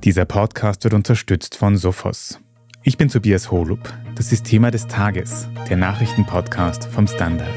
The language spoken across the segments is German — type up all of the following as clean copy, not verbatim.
Dieser Podcast wird unterstützt von Sophos. Ich bin Tobias Holub. Das ist Thema des Tages, der Nachrichtenpodcast vom Standard.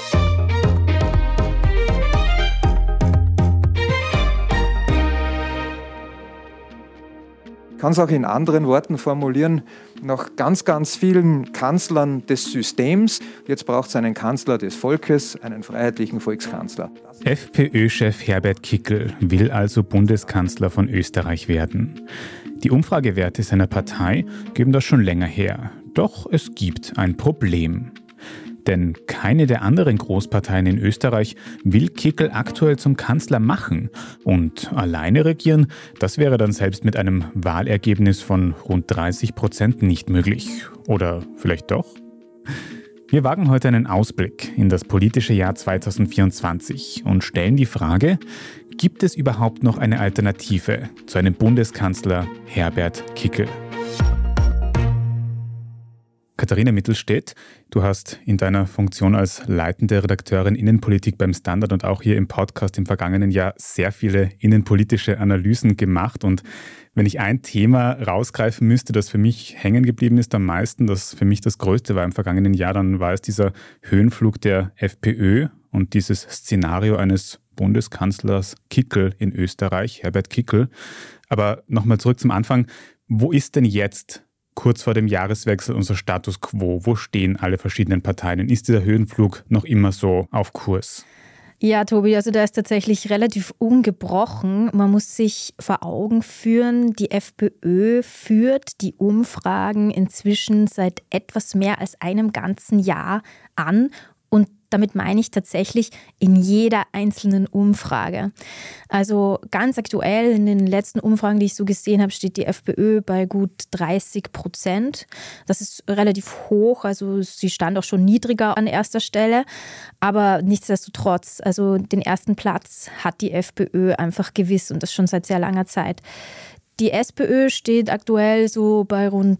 Ich kann es auch in anderen Worten formulieren, nach ganz vielen Kanzlern des Systems, jetzt braucht es einen Kanzler des Volkes, einen freiheitlichen Volkskanzler. FPÖ-Chef Herbert Kickl will also Bundeskanzler von Österreich werden. Die Umfragewerte seiner Partei geben das schon länger her. Doch es gibt ein Problem. Denn keine der anderen Großparteien in Österreich will Kickl aktuell zum Kanzler machen. Und alleine regieren, das wäre dann selbst mit einem Wahlergebnis von rund 30% nicht möglich. Oder vielleicht doch? Wir wagen heute einen Ausblick in das politische Jahr 2024 und stellen die Frage, gibt es überhaupt noch eine Alternative zu einem Bundeskanzler Herbert Kickl? Katharina Mittelstädt, du hast in deiner Funktion als leitende Redakteurin Innenpolitik beim Standard und auch hier im Podcast im vergangenen Jahr sehr viele innenpolitische Analysen gemacht. Und wenn ich ein Thema rausgreifen müsste, das für mich hängen geblieben ist am meisten, das für mich das Größte war im vergangenen Jahr, dann war es dieser Höhenflug der FPÖ und dieses Szenario eines Bundeskanzlers Kickl in Österreich, Herbert Kickl. Aber nochmal zurück zum Anfang. Wo ist denn jetzt kurz vor dem Jahreswechsel unser Status quo? Wo stehen alle verschiedenen Parteien? Ist dieser Höhenflug noch immer so auf Kurs? Ja, Tobi, also der ist tatsächlich relativ ungebrochen. Man muss sich vor Augen führen, die FPÖ führt die Umfragen inzwischen seit etwas mehr als einem ganzen Jahr an. Und damit meine ich tatsächlich in jeder einzelnen Umfrage. Also ganz aktuell in den letzten Umfragen, die ich so gesehen habe, steht die FPÖ bei gut 30%. Das ist relativ hoch, also sie stand auch schon niedriger an erster Stelle. Aber nichtsdestotrotz, also den ersten Platz hat die FPÖ einfach gewiss und das schon seit sehr langer Zeit. Die SPÖ steht aktuell so bei rund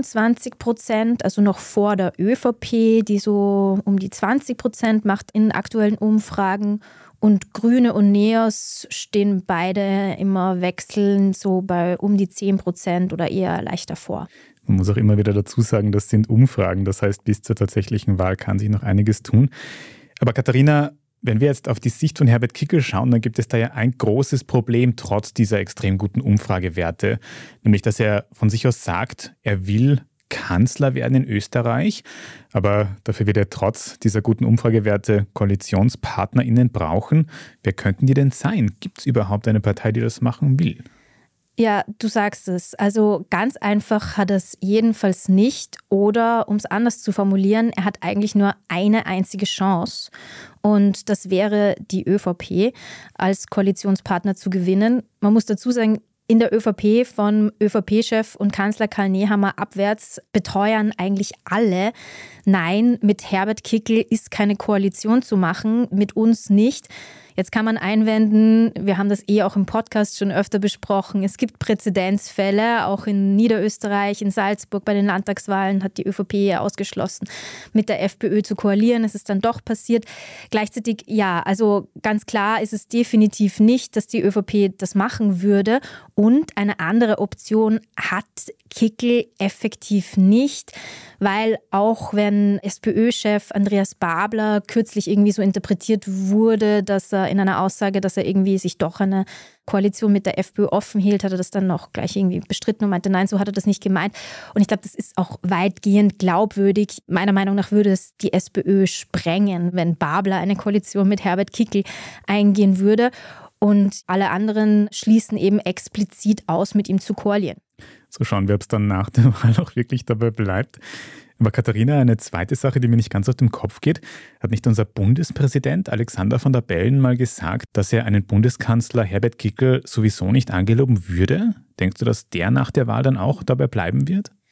24%, also noch vor der ÖVP, die so um die 20% macht in aktuellen Umfragen. Und Grüne und NEOS stehen beide immer wechselnd so bei um die 10% oder eher leicht davor. Man muss auch immer wieder dazu sagen, das sind Umfragen. Das heißt, bis zur tatsächlichen Wahl kann sich noch einiges tun. Aber Katharina, wenn wir jetzt auf die Sicht von Herbert Kickl schauen, dann gibt es da ja ein großes Problem trotz dieser extrem guten Umfragewerte. Nämlich, dass er von sich aus sagt, er will Kanzler werden in Österreich. Aber dafür wird er trotz dieser guten Umfragewerte KoalitionspartnerInnen brauchen. Wer könnten die denn sein? Gibt es überhaupt eine Partei, die das machen will? Ja, du sagst es. Also ganz einfach hat er es jedenfalls nicht. Oder um es anders zu formulieren, er hat eigentlich nur eine einzige Chance. Und das wäre die ÖVP als Koalitionspartner zu gewinnen. Man muss dazu sagen, in der ÖVP von ÖVP-Chef und Kanzler Karl Nehammer abwärts beteuern eigentlich alle, nein, mit Herbert Kickl ist keine Koalition zu machen, mit uns nicht. Jetzt kann man einwenden, wir haben das auch im Podcast schon öfter besprochen, es gibt Präzedenzfälle, auch in Niederösterreich, in Salzburg bei den Landtagswahlen hat die ÖVP ausgeschlossen, mit der FPÖ zu koalieren. Es ist dann doch passiert. Gleichzeitig, ja, also ganz klar ist es definitiv nicht, dass die ÖVP das machen würde. Und eine andere Option hat Kickl effektiv nicht, weil auch wenn SPÖ-Chef Andreas Babler kürzlich irgendwie so interpretiert wurde, dass er in einer Aussage, dass er irgendwie sich doch eine Koalition mit der FPÖ offen hielt, hat er das dann noch gleich irgendwie bestritten und meinte, nein, so hat er das nicht gemeint. Und ich glaube, das ist auch weitgehend glaubwürdig. Meiner Meinung nach würde es die SPÖ sprengen, wenn Babler eine Koalition mit Herbert Kickl eingehen würde. Und alle anderen schließen eben explizit aus, mit ihm zu koalieren. So schauen wir, ob es dann nach der Wahl auch wirklich dabei bleibt. Aber Katharina, eine zweite Sache, die mir nicht ganz aus dem Kopf geht, hat nicht unser Bundespräsident Alexander Van der Bellen mal gesagt, dass er einen Bundeskanzler Herbert Kickl sowieso nicht angeloben würde? Denkst du, dass der nach der Wahl dann auch dabei bleiben wird?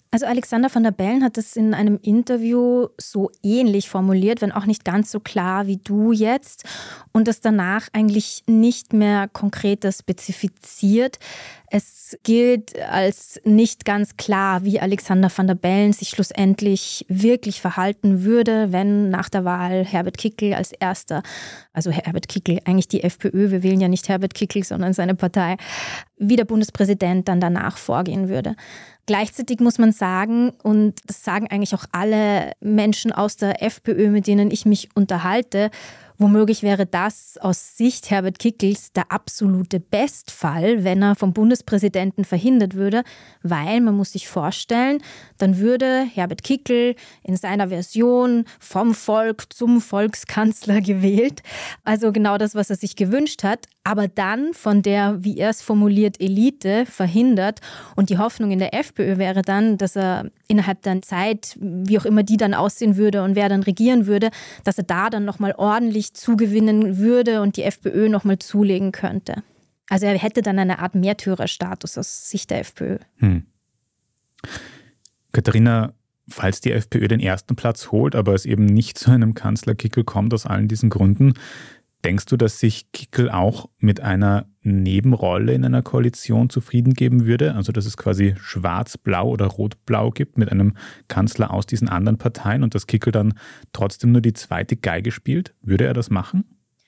Also Alexander Van der Bellen hat es in einem Interview so ähnlich formuliert, wenn auch nicht ganz so klar wie du jetzt, und das danach eigentlich nicht mehr konkreter spezifiziert. Es gilt als nicht ganz klar, wie Alexander Van der Bellen sich schlussendlich wirklich verhalten würde, wenn nach der Wahl Herbert Kickl als erster, also Herbert Kickl, eigentlich die FPÖ, wir wählen ja nicht Herbert Kickl, sondern seine Partei, wie der Bundespräsident dann danach vorgehen würde. Gleichzeitig muss man sagen, und das sagen eigentlich auch alle Menschen aus der FPÖ, mit denen ich mich unterhalte, womöglich wäre das aus Sicht Herbert Kickls der absolute Bestfall, wenn er vom Bundespräsidenten verhindert würde, weil man muss sich vorstellen, dann würde Herbert Kickl in seiner Version vom Volk zum Volkskanzler gewählt. Also genau das, was er sich gewünscht hat, aber dann von der, wie er es formuliert, Elite verhindert. Und die Hoffnung in der FPÖ wäre dann, dass er innerhalb der Zeit, wie auch immer die dann aussehen würde und wer dann regieren würde, dass er da dann nochmal ordentlich zugewinnen würde und die FPÖ nochmal zulegen könnte. Also er hätte dann eine Art Märtyrerstatus aus Sicht der FPÖ. Katharina, falls die FPÖ den ersten Platz holt, aber es eben nicht zu einem Kanzler Kickl kommt aus allen diesen Gründen, denkst du, dass sich Kickl auch mit einer Nebenrolle in einer Koalition zufrieden geben würde? Also dass es quasi schwarz-blau oder rot-blau gibt mit einem Kanzler aus diesen anderen Parteien und dass Kickl dann trotzdem nur die zweite Geige spielt? Würde er das machen?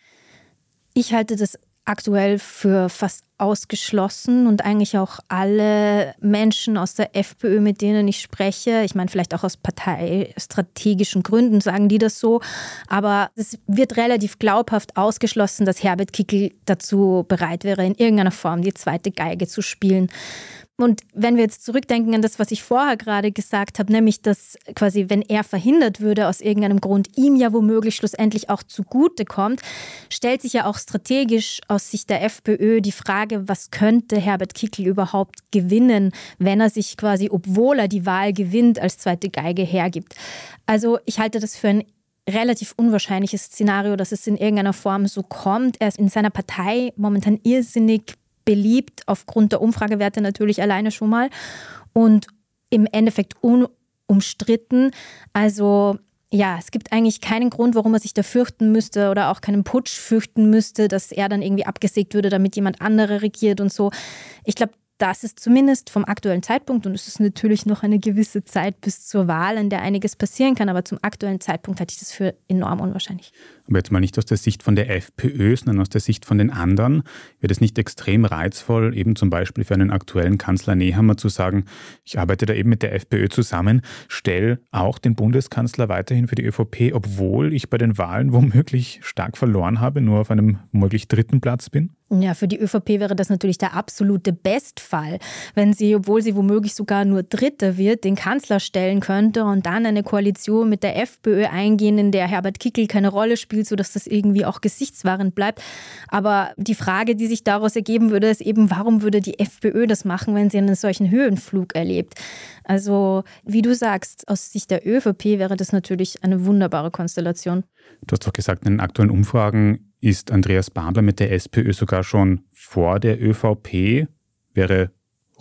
Ich halte das aktuell für fast ausgeschlossen und eigentlich auch alle Menschen aus der FPÖ, mit denen ich spreche, ich meine vielleicht auch aus parteistrategischen Gründen sagen die das so, aber es wird relativ glaubhaft ausgeschlossen, dass Herbert Kickl dazu bereit wäre, in irgendeiner Form die zweite Geige zu spielen. Und wenn wir jetzt zurückdenken an das, was ich vorher gerade gesagt habe, nämlich, dass quasi, wenn er verhindert würde, aus irgendeinem Grund ihm ja womöglich schlussendlich auch zugutekommt, stellt sich ja auch strategisch aus Sicht der FPÖ die Frage, was könnte Herbert Kickl überhaupt gewinnen, wenn er sich quasi, obwohl er die Wahl gewinnt, als zweite Geige hergibt. Also ich halte das für ein relativ unwahrscheinliches Szenario, dass es in irgendeiner Form so kommt. Er ist in seiner Partei momentan irrsinnig beliebt, aufgrund der Umfragewerte natürlich alleine schon mal und im Endeffekt unumstritten. Also ja, es gibt eigentlich keinen Grund, warum er sich da fürchten müsste oder auch keinen Putsch fürchten müsste, dass er dann irgendwie abgesägt würde, damit jemand anderer regiert und so. Ich glaube, das ist zumindest vom aktuellen Zeitpunkt, und es ist natürlich noch eine gewisse Zeit bis zur Wahl, in der einiges passieren kann, aber zum aktuellen Zeitpunkt halte ich das für enorm unwahrscheinlich. Aber jetzt mal nicht aus der Sicht von der FPÖ, sondern aus der Sicht von den anderen. Wäre es nicht extrem reizvoll, eben zum Beispiel für einen aktuellen Kanzler Nehammer zu sagen, ich arbeite da eben mit der FPÖ zusammen, stelle auch den Bundeskanzler weiterhin für die ÖVP, obwohl ich bei den Wahlen womöglich stark verloren habe, nur auf einem womöglich dritten Platz bin? Ja, für die ÖVP wäre das natürlich der absolute Bestfall, wenn sie, obwohl sie womöglich sogar nur Dritter wird, den Kanzler stellen könnte und dann eine Koalition mit der FPÖ eingehen, in der Herbert Kickl keine Rolle spielt, sodass das irgendwie auch gesichtswahrend bleibt. Aber die Frage, die sich daraus ergeben würde, ist eben, warum würde die FPÖ das machen, wenn sie einen solchen Höhenflug erlebt? Also, wie du sagst, aus Sicht der ÖVP wäre das natürlich eine wunderbare Konstellation. Du hast doch gesagt, in den aktuellen Umfragen ist Andreas Babler mit der SPÖ sogar schon vor der ÖVP. Wäre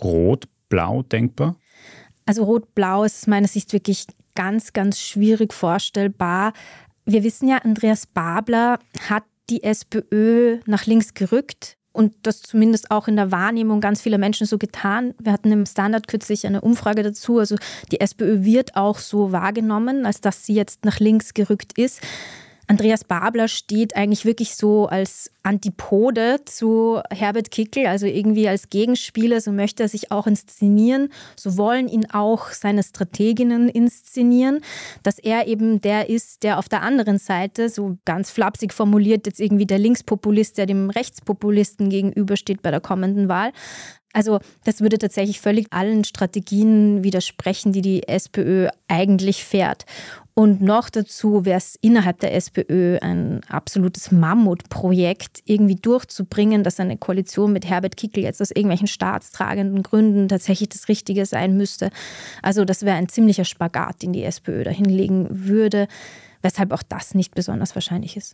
Rot-Blau denkbar? Also Rot-Blau ist aus meiner Sicht wirklich ganz, ganz schwierig vorstellbar. Wir wissen ja, Andreas Babler hat die SPÖ nach links gerückt. Und das zumindest auch in der Wahrnehmung ganz vieler Menschen so getan. Wir hatten im Standard kürzlich eine Umfrage dazu. Also die SPÖ wird auch so wahrgenommen, als dass sie jetzt nach links gerückt ist. Andreas Babler steht eigentlich wirklich so als Antipode zu Herbert Kickl, also irgendwie als Gegenspieler, so möchte er sich auch inszenieren, so wollen ihn auch seine Strateginnen inszenieren, dass er eben der ist, der auf der anderen Seite, so ganz flapsig formuliert, jetzt irgendwie der Linkspopulist, der dem Rechtspopulisten gegenübersteht bei der kommenden Wahl. Also das würde tatsächlich völlig allen Strategien widersprechen, die die SPÖ eigentlich fährt. Und noch dazu wäre es innerhalb der SPÖ ein absolutes Mammutprojekt, irgendwie durchzubringen, dass eine Koalition mit Herbert Kickl jetzt aus irgendwelchen staatstragenden Gründen tatsächlich das Richtige sein müsste. Also das wäre ein ziemlicher Spagat, den die SPÖ da hinlegen würde, weshalb auch das nicht besonders wahrscheinlich ist.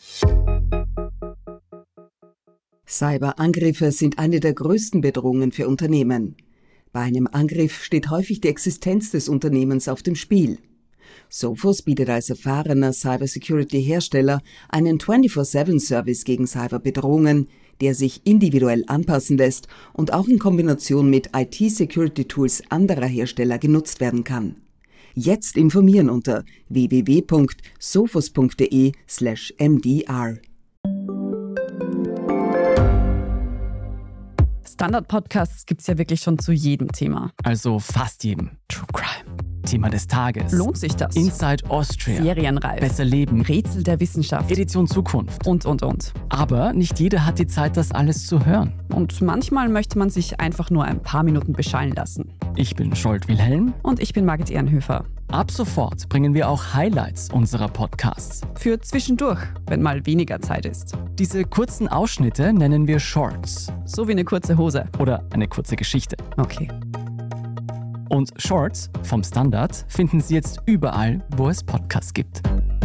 Cyberangriffe sind eine der größten Bedrohungen für Unternehmen. Bei einem Angriff steht häufig die Existenz des Unternehmens auf dem Spiel. Sophos bietet als erfahrener Cybersecurity-Hersteller einen 24/7-Service gegen Cyberbedrohungen, der sich individuell anpassen lässt und auch in Kombination mit IT-Security-Tools anderer Hersteller genutzt werden kann. Jetzt informieren unter www.sophos.de/mdr. Standard-Podcasts gibt es ja wirklich schon zu jedem Thema. Also fast jedem. True Crime. Thema des Tages. Lohnt sich das? Inside Austria. Serienreif. Besser leben. Rätsel der Wissenschaft. Edition Zukunft. Und. Aber nicht jeder hat die Zeit, das alles zu hören. Und manchmal möchte man sich einfach nur ein paar Minuten beschallen lassen. Ich bin Scholt Wilhelm. Und ich bin Margit Ehrenhöfer. Ab sofort bringen wir auch Highlights unserer Podcasts. Für zwischendurch, wenn mal weniger Zeit ist. Diese kurzen Ausschnitte nennen wir Shorts. So wie eine kurze Hose. Oder eine kurze Geschichte. Okay. Und Shorts vom Standard finden Sie jetzt überall, wo es Podcasts gibt.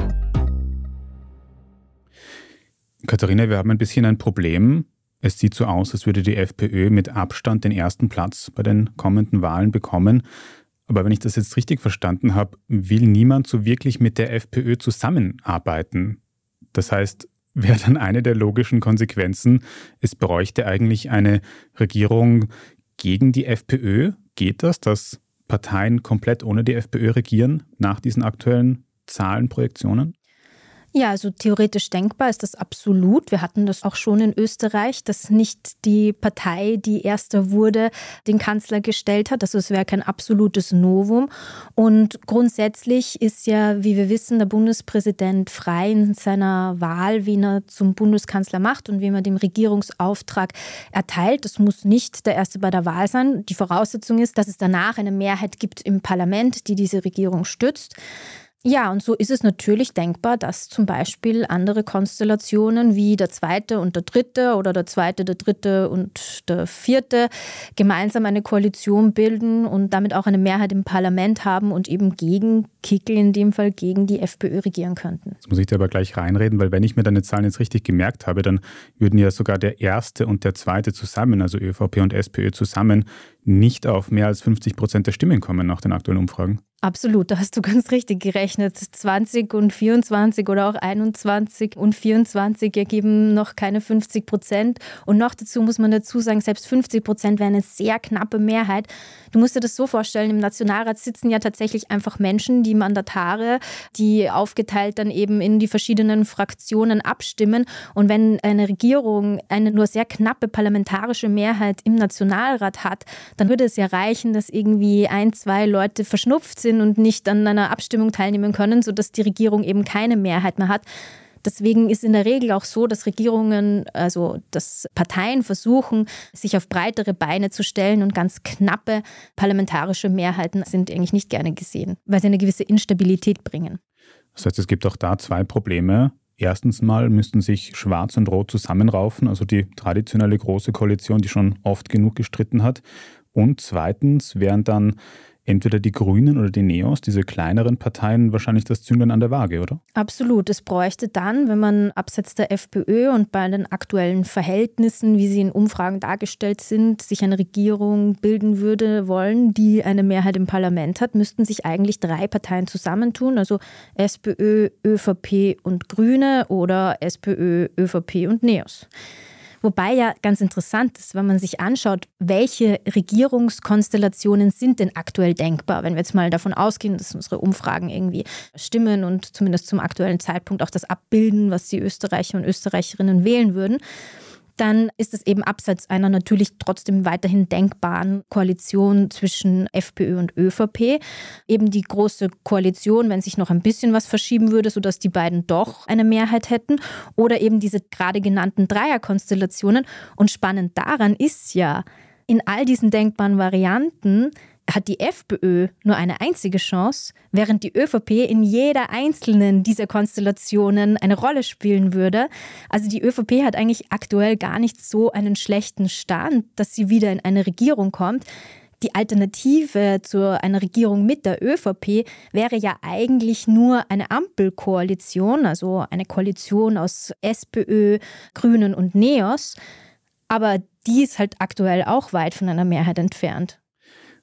Katharina, wir haben ein bisschen ein Problem. Es sieht so aus, als würde die FPÖ mit Abstand den ersten Platz bei den kommenden Wahlen bekommen. Aber wenn ich das jetzt richtig verstanden habe, will niemand so wirklich mit der FPÖ zusammenarbeiten. Das heißt, wäre dann eine der logischen Konsequenzen, es bräuchte eigentlich eine Regierung gegen die FPÖ. Geht das, dass Parteien komplett ohne die FPÖ regieren nach diesen aktuellen Zahlenprojektionen? Ja, also theoretisch denkbar ist das absolut. Wir hatten das auch schon in Österreich, dass nicht die Partei, die erster wurde, den Kanzler gestellt hat. Also es wäre kein absolutes Novum. Und grundsätzlich ist ja, wie wir wissen, der Bundespräsident frei in seiner Wahl, wen er zum Bundeskanzler macht und wem er den Regierungsauftrag erteilt. Das muss nicht der Erste bei der Wahl sein. Die Voraussetzung ist, dass es danach eine Mehrheit gibt im Parlament, die diese Regierung stützt. Ja, und so ist es natürlich denkbar, dass zum Beispiel andere Konstellationen wie der Zweite und der Dritte oder der Zweite, der Dritte und der Vierte gemeinsam eine Koalition bilden und damit auch eine Mehrheit im Parlament haben und eben gegen Kickl, in dem Fall gegen die FPÖ regieren könnten. Jetzt muss ich da aber gleich reinreden, weil wenn ich mir deine Zahlen jetzt richtig gemerkt habe, dann würden ja sogar der Erste und der Zweite zusammen, also ÖVP und SPÖ zusammen, nicht auf mehr als 50% der Stimmen kommen nach den aktuellen Umfragen. Absolut, da hast du ganz richtig gerechnet. 20 und 24 oder auch 21 und 24 ergeben noch keine 50%. Und noch dazu muss man dazu sagen, selbst 50% wäre eine sehr knappe Mehrheit. Du musst dir das so vorstellen, im Nationalrat sitzen ja tatsächlich einfach Menschen, die Mandatare, die aufgeteilt dann eben in die verschiedenen Fraktionen abstimmen. Und wenn eine Regierung eine nur sehr knappe parlamentarische Mehrheit im Nationalrat hat, dann würde es ja reichen, dass irgendwie 1, 2 Leute verschnupft sind und nicht an einer Abstimmung teilnehmen können, sodass die Regierung eben keine Mehrheit mehr hat. Deswegen ist in der Regel auch so, dass Regierungen, also dass Parteien versuchen, sich auf breitere Beine zu stellen und ganz knappe parlamentarische Mehrheiten sind eigentlich nicht gerne gesehen, weil sie eine gewisse Instabilität bringen. Das heißt, es gibt auch da 2 Probleme. Erstens mal müssten sich Schwarz und Rot zusammenraufen, also die traditionelle große Koalition, die schon oft genug gestritten hat. Und zweitens wären dann entweder die Grünen oder die Neos, diese kleineren Parteien, wahrscheinlich das Zünglein an der Waage, oder? Absolut. Es bräuchte dann, wenn man abseits der FPÖ und bei den aktuellen Verhältnissen, wie sie in Umfragen dargestellt sind, sich eine Regierung bilden würde wollen, die eine Mehrheit im Parlament hat, müssten sich eigentlich 3 Parteien zusammentun, also SPÖ, ÖVP und Grüne oder SPÖ, ÖVP und Neos. Wobei ja ganz interessant ist, wenn man sich anschaut, welche Regierungskonstellationen sind denn aktuell denkbar, wenn wir jetzt mal davon ausgehen, dass unsere Umfragen irgendwie stimmen und zumindest zum aktuellen Zeitpunkt auch das abbilden, was die Österreicher und Österreicherinnen wählen würden. Dann ist es eben abseits einer natürlich trotzdem weiterhin denkbaren Koalition zwischen FPÖ und ÖVP. Eben die große Koalition, wenn sich noch ein bisschen was verschieben würde, sodass die beiden doch eine Mehrheit hätten. Oder eben diese gerade genannten Dreierkonstellationen. Und spannend daran ist ja, in all diesen denkbaren Varianten hat die FPÖ nur eine einzige Chance, während die ÖVP in jeder einzelnen dieser Konstellationen eine Rolle spielen würde. Also die ÖVP hat eigentlich aktuell gar nicht so einen schlechten Stand, dass sie wieder in eine Regierung kommt. Die Alternative zu einer Regierung mit der ÖVP wäre ja eigentlich nur eine Ampelkoalition, also eine Koalition aus SPÖ, Grünen und Neos. Aber die ist halt aktuell auch weit von einer Mehrheit entfernt.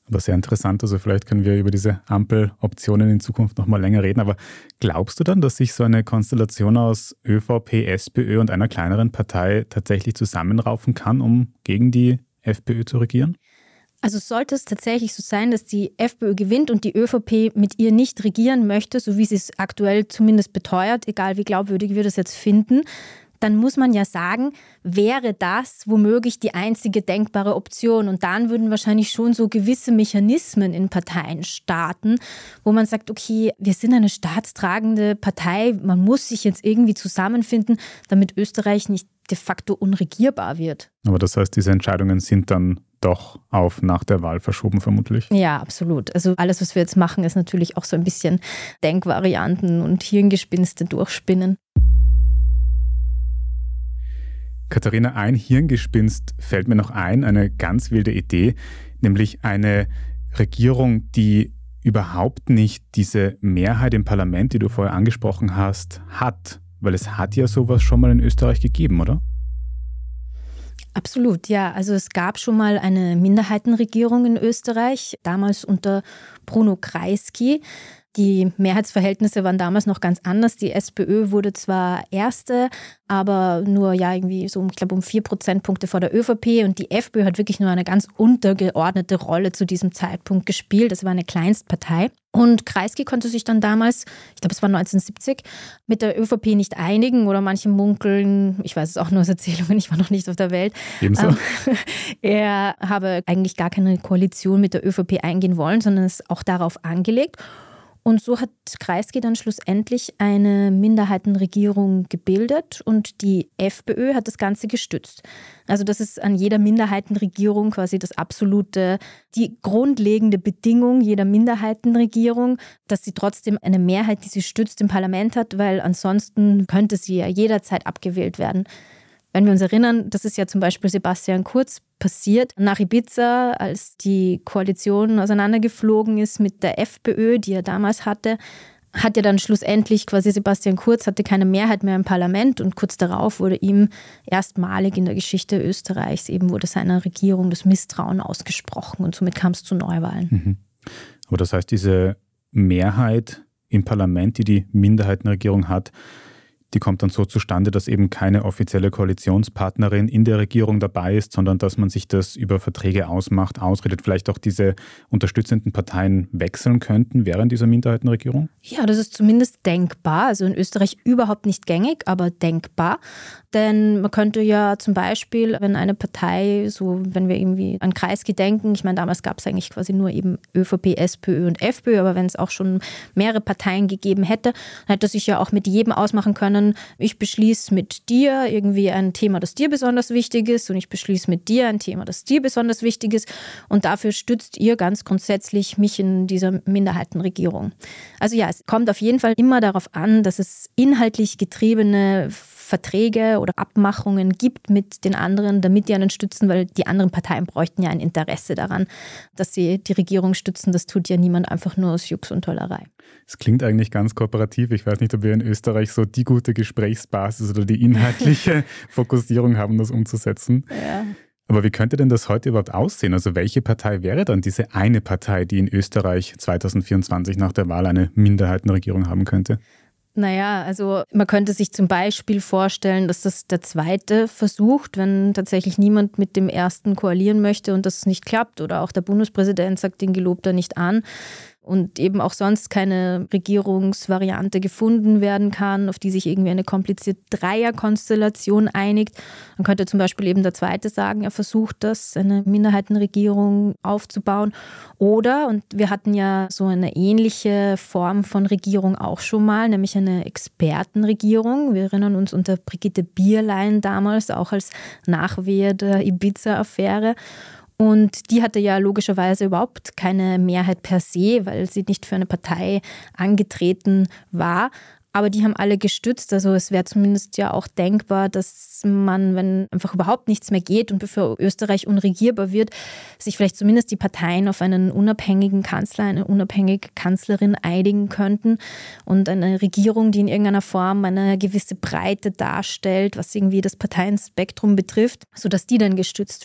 Aber sehr interessant, also vielleicht können wir über diese Ampeloptionen in Zukunft noch mal länger reden. Aber glaubst du dann, dass sich so eine Konstellation aus ÖVP, SPÖ und einer kleineren Partei tatsächlich zusammenraufen kann, um gegen die FPÖ zu regieren? Also sollte es tatsächlich so sein, dass die FPÖ gewinnt und die ÖVP mit ihr nicht regieren möchte, so wie sie es aktuell zumindest beteuert, egal wie glaubwürdig wir das jetzt finden, dann muss man ja sagen, wäre das womöglich die einzige denkbare Option. Und dann würden wahrscheinlich schon so gewisse Mechanismen in Parteien starten, wo man sagt, okay, wir sind eine staatstragende Partei, man muss sich jetzt irgendwie zusammenfinden, damit Österreich nicht de facto unregierbar wird. Aber das heißt, diese Entscheidungen sind dann doch auf nach der Wahl verschoben vermutlich? Ja, absolut. Also alles, was wir jetzt machen, ist natürlich auch so ein bisschen Denkvarianten und Hirngespinste durchspinnen. Katharina, ein Hirngespinst fällt mir noch ein, eine ganz wilde Idee, nämlich eine Regierung, die überhaupt nicht diese Mehrheit im Parlament, die du vorher angesprochen hast, hat. Weil es hat ja sowas schon mal in Österreich gegeben, oder? Absolut, ja. Also es gab schon mal eine Minderheitenregierung in Österreich, damals unter Bruno Kreisky. Die Mehrheitsverhältnisse waren damals noch ganz anders. Die SPÖ wurde zwar Erste, aber nur irgendwie so, ich glaube, um 4 Prozentpunkte vor der ÖVP. Und die FPÖ hat wirklich nur eine ganz untergeordnete Rolle zu diesem Zeitpunkt gespielt. Das war eine Kleinstpartei. Und Kreisky konnte sich dann damals, ich glaube es war 1970, mit der ÖVP nicht einigen oder manche munkeln, ich weiß es auch nur aus Erzählungen, ich war noch nicht auf der Welt. Ebenso. Er habe eigentlich gar keine Koalition mit der ÖVP eingehen wollen, sondern es auch darauf angelegt. Und so hat Kreisky dann schlussendlich eine Minderheitenregierung gebildet und die FPÖ hat das Ganze gestützt. Also das ist an jeder Minderheitenregierung quasi die grundlegende Bedingung jeder Minderheitenregierung, dass sie trotzdem eine Mehrheit, die sie stützt, im Parlament hat, weil ansonsten könnte sie ja jederzeit abgewählt werden. Wenn wir uns erinnern, das ist ja zum Beispiel Sebastian Kurz passiert nach Ibiza, als die Koalition auseinandergeflogen ist mit der FPÖ, die er damals hatte, hat ja dann schlussendlich quasi Sebastian Kurz hatte keine Mehrheit mehr im Parlament und kurz darauf wurde ihm erstmalig in der Geschichte Österreichs wurde seiner Regierung das Misstrauen ausgesprochen und somit kam es zu Neuwahlen. Mhm. Aber das heißt, diese Mehrheit im Parlament, die die Minderheitenregierung hat, die kommt dann so zustande, dass eben keine offizielle Koalitionspartnerin in der Regierung dabei ist, sondern dass man sich das über Verträge ausmacht, ausredet, vielleicht auch diese unterstützenden Parteien wechseln könnten während dieser Minderheitenregierung? Ja, das ist zumindest denkbar. Also in Österreich überhaupt nicht gängig, aber denkbar. Denn man könnte ja zum Beispiel, wenn eine Partei, so wenn wir irgendwie an Kreisky denken, ich meine, damals gab es eigentlich quasi nur eben ÖVP, SPÖ und FPÖ, aber wenn es auch schon mehrere Parteien gegeben hätte, dann hätte sich ja auch mit jedem ausmachen können, ich beschließe mit dir irgendwie ein Thema, das dir besonders wichtig ist und ich beschließe mit dir ein Thema, das dir besonders wichtig ist und dafür stützt ihr ganz grundsätzlich mich in dieser Minderheitenregierung. Also ja, es kommt auf jeden Fall immer darauf an, dass es inhaltlich getriebene Verträge oder Abmachungen gibt mit den anderen, damit die einen stützen, weil die anderen Parteien bräuchten ja ein Interesse daran, dass sie die Regierung stützen. Das tut ja niemand einfach nur aus Jux und Tollerei. Es klingt eigentlich ganz kooperativ. Ich weiß nicht, ob wir in Österreich so die gute Gesprächsbasis oder die inhaltliche Fokussierung haben, das umzusetzen. Ja. Aber wie könnte denn das heute überhaupt aussehen? Also welche Partei wäre dann diese eine Partei, die in Österreich 2024 nach der Wahl eine Minderheitenregierung haben könnte? Naja, also man könnte sich zum Beispiel vorstellen, dass das der zweite versucht, wenn tatsächlich niemand mit dem ersten koalieren möchte und das nicht klappt oder auch der Bundespräsident sagt den Gelobter nicht an und eben auch sonst keine Regierungsvariante gefunden werden kann, auf die sich irgendwie eine komplizierte Dreierkonstellation einigt. Dann könnte zum Beispiel eben der Zweite sagen, er versucht das, eine Minderheitenregierung aufzubauen. Oder, und wir hatten ja so eine ähnliche Form von Regierung auch schon mal, nämlich eine Expertenregierung. Wir erinnern uns unter Brigitte Bierlein damals, auch als Nachwehe der Ibiza-Affäre. Und die hatte ja logischerweise überhaupt keine Mehrheit per se, weil sie nicht für eine Partei angetreten war. Aber die haben alle gestützt. Also es wäre zumindest ja auch denkbar, dass man, wenn einfach überhaupt nichts mehr geht und bevor Österreich unregierbar wird, sich vielleicht zumindest die Parteien auf einen unabhängigen Kanzler, eine unabhängige Kanzlerin einigen könnten und eine Regierung, die in irgendeiner Form eine gewisse Breite darstellt, was irgendwie das Parteienspektrum betrifft, sodass die dann gestützt wird.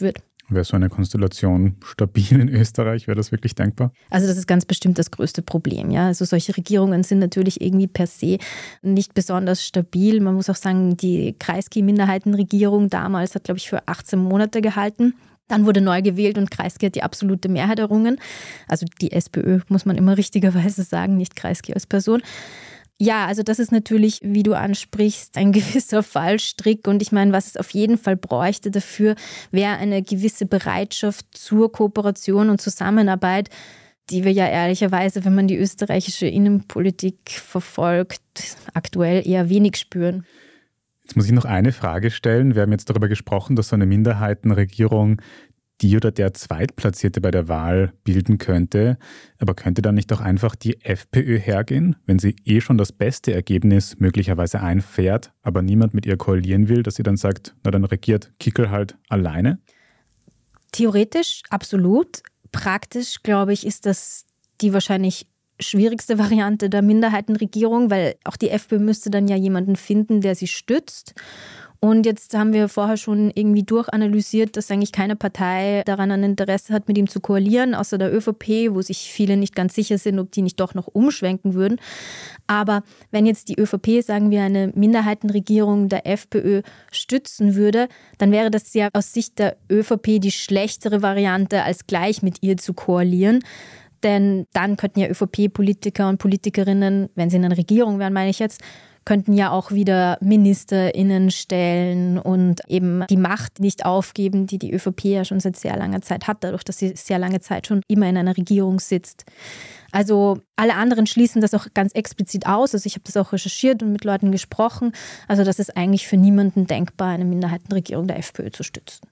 Wäre so eine Konstellation stabil in Österreich? Wäre das wirklich denkbar? Also das ist ganz bestimmt das größte Problem. Ja? Also solche Regierungen sind natürlich irgendwie per se nicht besonders stabil. Man muss auch sagen, die Kreisky-Minderheitenregierung damals hat, glaube ich, für 18 Monate gehalten. Dann wurde neu gewählt und Kreisky hat die absolute Mehrheit errungen. Also die SPÖ, muss man immer richtigerweise sagen, nicht Kreisky als Person. Ja, also das ist natürlich, wie du ansprichst, ein gewisser Fallstrick. Und ich meine, was es auf jeden Fall bräuchte dafür, wäre eine gewisse Bereitschaft zur Kooperation und Zusammenarbeit, die wir ja ehrlicherweise, wenn man die österreichische Innenpolitik verfolgt, aktuell eher wenig spüren. Jetzt muss ich noch eine Frage stellen. Wir haben jetzt darüber gesprochen, dass so eine Minderheitenregierung die oder der Zweitplatzierte bei der Wahl bilden könnte. Aber könnte dann nicht auch einfach die FPÖ hergehen, wenn sie schon das beste Ergebnis möglicherweise einfährt, aber niemand mit ihr koalieren will, dass sie dann sagt, na dann regiert Kickl halt alleine? Theoretisch absolut. Praktisch, glaube ich, ist das die wahrscheinlich schwierigste Variante der Minderheitenregierung, weil auch die FPÖ müsste dann ja jemanden finden, der sie stützt. Und jetzt haben wir vorher schon irgendwie durchanalysiert, dass eigentlich keine Partei daran ein Interesse hat, mit ihm zu koalieren, außer der ÖVP, wo sich viele nicht ganz sicher sind, ob die nicht doch noch umschwenken würden. Aber wenn jetzt die ÖVP, sagen wir, eine Minderheitenregierung der FPÖ stützen würde, dann wäre das ja aus Sicht der ÖVP die schlechtere Variante, als gleich mit ihr zu koalieren. Denn dann könnten ja ÖVP-Politiker und Politikerinnen, wenn sie in einer Regierung wären, meine ich jetzt, könnten ja auch wieder MinisterInnen stellen und eben die Macht nicht aufgeben, die die ÖVP ja schon seit sehr langer Zeit hat, dadurch, dass sie sehr lange Zeit schon immer in einer Regierung sitzt. Also alle anderen schließen das auch ganz explizit aus. Also ich habe das auch recherchiert und mit Leuten gesprochen. Also das ist eigentlich für niemanden denkbar, eine Minderheitenregierung der FPÖ zu stützen.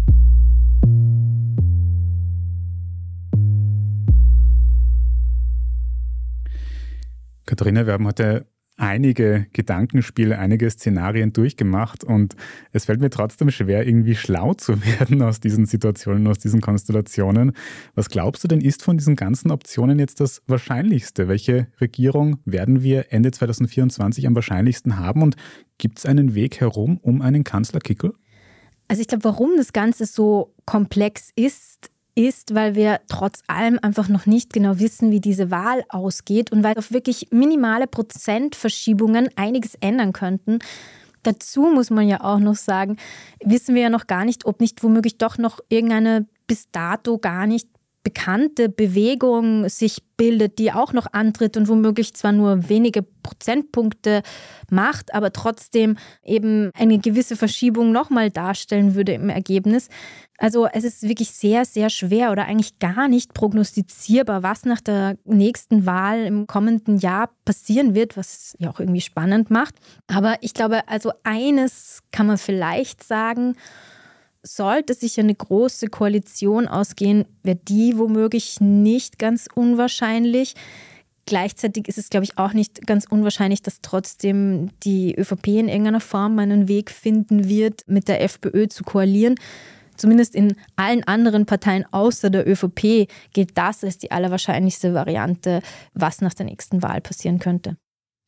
Katharina, wir haben heute einige Gedankenspiele, einige Szenarien durchgemacht und es fällt mir trotzdem schwer, irgendwie schlau zu werden aus diesen Situationen, aus diesen Konstellationen. Was glaubst du denn, ist von diesen ganzen Optionen jetzt das Wahrscheinlichste? Welche Regierung werden wir Ende 2024 am wahrscheinlichsten haben und gibt es einen Weg herum um einen Kanzler Kickl? Also ich glaube, warum das Ganze so komplex ist, weil wir trotz allem einfach noch nicht genau wissen, wie diese Wahl ausgeht und weil auf wirklich minimale Prozentverschiebungen einiges ändern könnten. Dazu muss man ja auch noch sagen, wissen wir ja noch gar nicht, ob nicht womöglich doch noch irgendeine bis dato gar nicht bekannte Bewegung sich bildet, die auch noch antritt und womöglich zwar nur wenige Prozentpunkte macht, aber trotzdem eben eine gewisse Verschiebung nochmal darstellen würde im Ergebnis. Also es ist wirklich sehr, sehr schwer oder eigentlich gar nicht prognostizierbar, was nach der nächsten Wahl im kommenden Jahr passieren wird, was es ja auch irgendwie spannend macht. Aber ich glaube, also eines kann man vielleicht sagen: Sollte sich eine große Koalition ausgehen, wäre die womöglich nicht ganz unwahrscheinlich. Gleichzeitig ist es, glaube ich, auch nicht ganz unwahrscheinlich, dass trotzdem die ÖVP in irgendeiner Form einen Weg finden wird, mit der FPÖ zu koalieren. Zumindest in allen anderen Parteien außer der ÖVP gilt das als die allerwahrscheinlichste Variante, was nach der nächsten Wahl passieren könnte.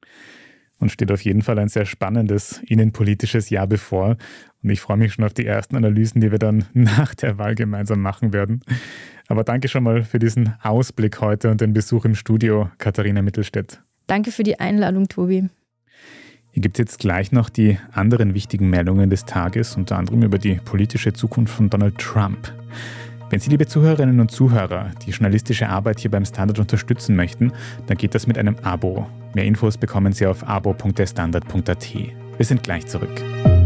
Und steht auf jeden Fall ein sehr spannendes innenpolitisches Jahr bevor. Und ich freue mich schon auf die ersten Analysen, die wir dann nach der Wahl gemeinsam machen werden. Aber danke schon mal für diesen Ausblick heute und den Besuch im Studio, Katharina Mittelstädt. Danke für die Einladung, Tobi. Hier gibt es jetzt gleich noch die anderen wichtigen Meldungen des Tages, unter anderem über die politische Zukunft von Donald Trump. Wenn Sie, liebe Zuhörerinnen und Zuhörer, die journalistische Arbeit hier beim Standard unterstützen möchten, dann geht das mit einem Abo. Mehr Infos bekommen Sie auf abo.derstandard.at. Wir sind gleich zurück.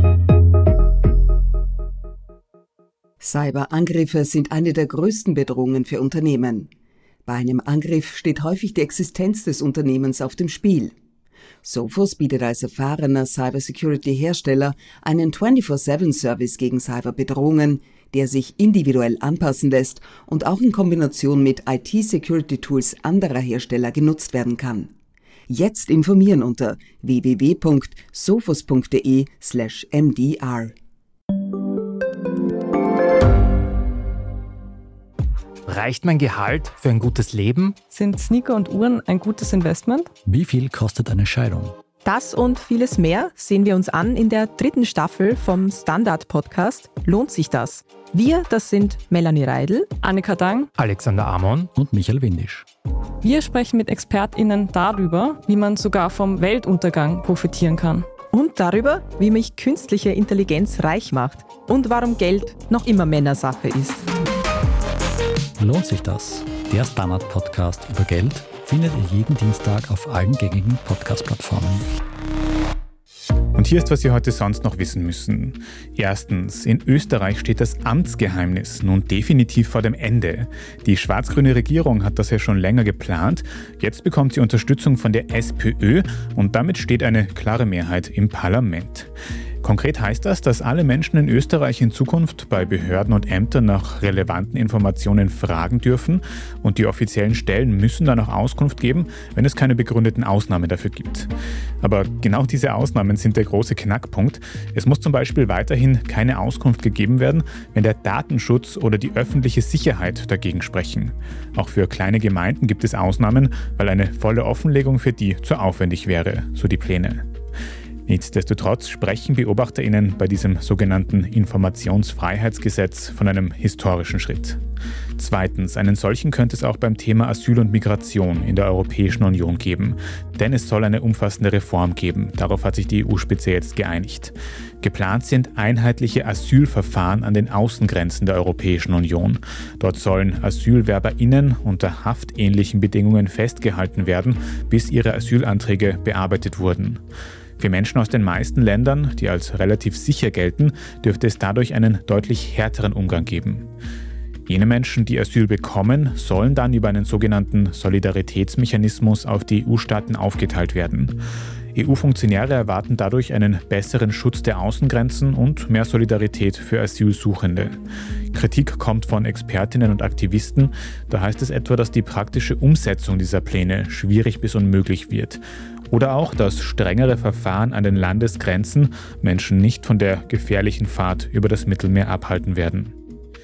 Cyberangriffe sind eine der größten Bedrohungen für Unternehmen. Bei einem Angriff steht häufig die Existenz des Unternehmens auf dem Spiel. Sophos bietet als erfahrener Cybersecurity-Hersteller einen 24/7-Service gegen Cyberbedrohungen, der sich individuell anpassen lässt und auch in Kombination mit IT-Security-Tools anderer Hersteller genutzt werden kann. Jetzt informieren unter www.sophos.de/mdr. Reicht mein Gehalt für ein gutes Leben? Sind Sneaker und Uhren ein gutes Investment? Wie viel kostet eine Scheidung? Das und vieles mehr sehen wir uns an in der 3. Staffel vom Standard-Podcast Lohnt sich das? Wir, das sind Melanie Reidl, Annika Dang, Alexander Amon Und Michael Windisch. wir sprechen mit ExpertInnen darüber, wie man sogar vom Weltuntergang profitieren kann. und darüber, wie mich künstliche Intelligenz reich macht und warum Geld noch immer Männersache ist. Lohnt sich das? Der Standard-Podcast über Geld findet ihr jeden Dienstag auf allen gängigen Podcast-Plattformen. Und hier ist, was Sie heute sonst noch wissen müssen. Erstens, in Österreich steht das Amtsgeheimnis nun definitiv vor dem Ende. Die schwarz-grüne Regierung hat das ja schon länger geplant. Jetzt bekommt sie Unterstützung von der SPÖ und damit steht eine klare Mehrheit im Parlament. Konkret heißt das, dass alle Menschen in Österreich in Zukunft bei Behörden und Ämtern nach relevanten Informationen fragen dürfen und die offiziellen Stellen müssen dann auch Auskunft geben, wenn es keine begründeten Ausnahmen dafür gibt. Aber genau diese Ausnahmen sind der große Knackpunkt. Es muss zum Beispiel weiterhin keine Auskunft gegeben werden, wenn der Datenschutz oder die öffentliche Sicherheit dagegen sprechen. Auch für kleine Gemeinden gibt es Ausnahmen, weil eine volle Offenlegung für die zu aufwendig wäre, so die Pläne. Nichtsdestotrotz sprechen BeobachterInnen bei diesem sogenannten Informationsfreiheitsgesetz von einem historischen Schritt. Zweitens, einen solchen könnte es auch beim Thema Asyl und Migration in der Europäischen Union geben. Denn es soll eine umfassende Reform geben. Darauf hat sich die EU-Spitze jetzt geeinigt. Geplant sind einheitliche Asylverfahren an den Außengrenzen der Europäischen Union. Dort sollen AsylwerberInnen unter haftähnlichen Bedingungen festgehalten werden, bis ihre Asylanträge bearbeitet wurden. Für Menschen aus den meisten Ländern, die als relativ sicher gelten, dürfte es dadurch einen deutlich härteren Umgang geben. Jene Menschen, die Asyl bekommen, sollen dann über einen sogenannten Solidaritätsmechanismus auf die EU-Staaten aufgeteilt werden. EU-Funktionäre erwarten dadurch einen besseren Schutz der Außengrenzen und mehr Solidarität für Asylsuchende. Kritik kommt von Expertinnen und Aktivisten. Da heißt es etwa, dass die praktische Umsetzung dieser Pläne schwierig bis unmöglich wird. Oder auch, dass strengere Verfahren an den Landesgrenzen Menschen nicht von der gefährlichen Fahrt über das Mittelmeer abhalten werden.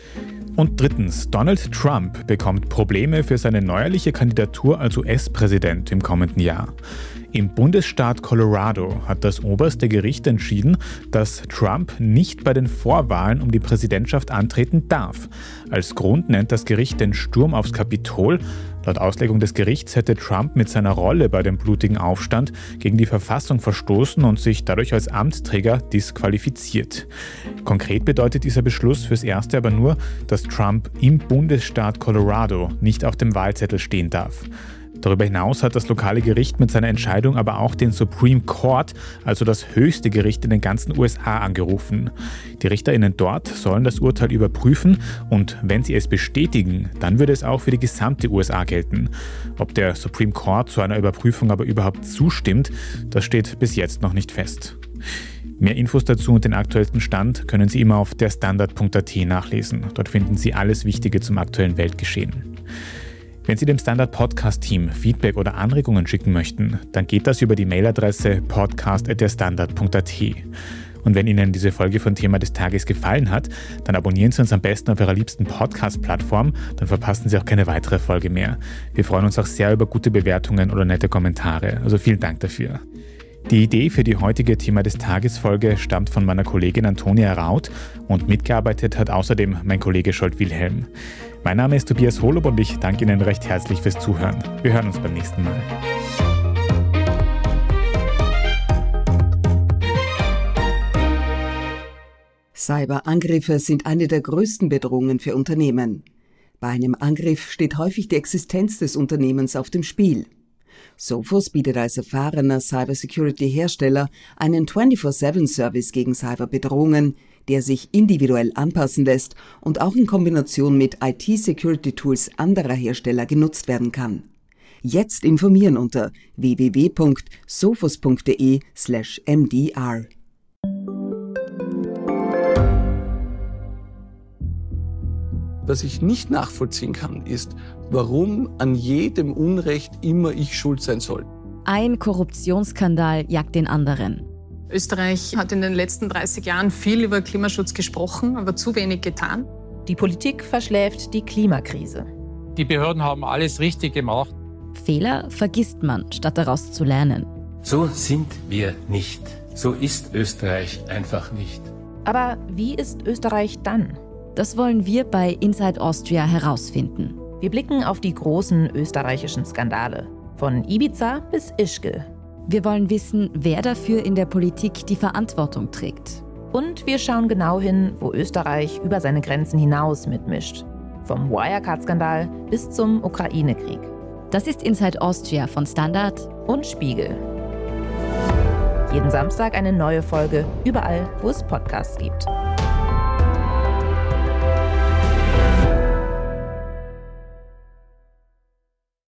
Und drittens, Donald Trump bekommt Probleme für seine neuerliche Kandidatur als US-Präsident im kommenden Jahr. Im Bundesstaat Colorado hat das oberste Gericht entschieden, dass Trump nicht bei den Vorwahlen um die Präsidentschaft antreten darf. Als Grund nennt das Gericht den Sturm aufs Kapitol. Laut Auslegung des Gerichts hätte Trump mit seiner Rolle bei dem blutigen Aufstand gegen die Verfassung verstoßen und sich dadurch als Amtsträger disqualifiziert. Konkret bedeutet dieser Beschluss fürs Erste aber nur, dass Trump im Bundesstaat Colorado nicht auf dem Wahlzettel stehen darf. Darüber hinaus hat das lokale Gericht mit seiner Entscheidung aber auch den Supreme Court, also das höchste Gericht in den ganzen USA, angerufen. Die RichterInnen dort sollen das Urteil überprüfen und wenn sie es bestätigen, dann würde es auch für die gesamte USA gelten. Ob der Supreme Court zu einer Überprüfung aber überhaupt zustimmt, das steht bis jetzt noch nicht fest. Mehr Infos dazu und den aktuellsten Stand können Sie immer auf derstandard.at nachlesen. Dort finden Sie alles Wichtige zum aktuellen Weltgeschehen. Wenn Sie dem Standard-Podcast-Team Feedback oder Anregungen schicken möchten, dann geht das über die Mailadresse podcast@derstandard.at. Und wenn Ihnen diese Folge von Thema des Tages gefallen hat, dann abonnieren Sie uns am besten auf Ihrer liebsten Podcast-Plattform, dann verpassen Sie auch keine weitere Folge mehr. Wir freuen uns auch sehr über gute Bewertungen oder nette Kommentare, also vielen Dank dafür. Die Idee für die heutige Thema des Tages-Folge stammt von meiner Kollegin Antonia Raut und mitgearbeitet hat außerdem mein Kollege Scholt Wilhelm. Mein Name ist Tobias Holub und ich danke Ihnen recht herzlich fürs Zuhören. Wir hören uns beim nächsten Mal. Cyberangriffe sind eine der größten Bedrohungen für Unternehmen. Bei einem Angriff steht häufig die Existenz des Unternehmens auf dem Spiel. Sophos bietet als erfahrener Cybersecurity-Hersteller einen 24/7-Service gegen Cyberbedrohungen, der sich individuell anpassen lässt und auch in Kombination mit IT-Security-Tools anderer Hersteller genutzt werden kann. Jetzt informieren unter www.sophos.de/mdr. Was ich nicht nachvollziehen kann, ist, warum an jedem Unrecht immer ich schuld sein soll. Ein Korruptionsskandal jagt den anderen. Österreich hat in den letzten 30 Jahren viel über Klimaschutz gesprochen, aber zu wenig getan. Die Politik verschläft die Klimakrise. Die Behörden haben alles richtig gemacht. Fehler vergisst man, statt daraus zu lernen. So sind wir nicht. So ist Österreich einfach nicht. Aber wie ist Österreich dann? Das wollen wir bei Inside Austria herausfinden. Wir blicken auf die großen österreichischen Skandale. Von Ibiza bis Ischgl. Wir wollen wissen, wer dafür in der Politik die Verantwortung trägt. Und wir schauen genau hin, wo Österreich über seine Grenzen hinaus mitmischt. Vom Wirecard-Skandal bis zum Ukraine-Krieg. Das ist Inside Austria von Standard und Spiegel. Jeden Samstag eine neue Folge, überall, wo es Podcasts gibt.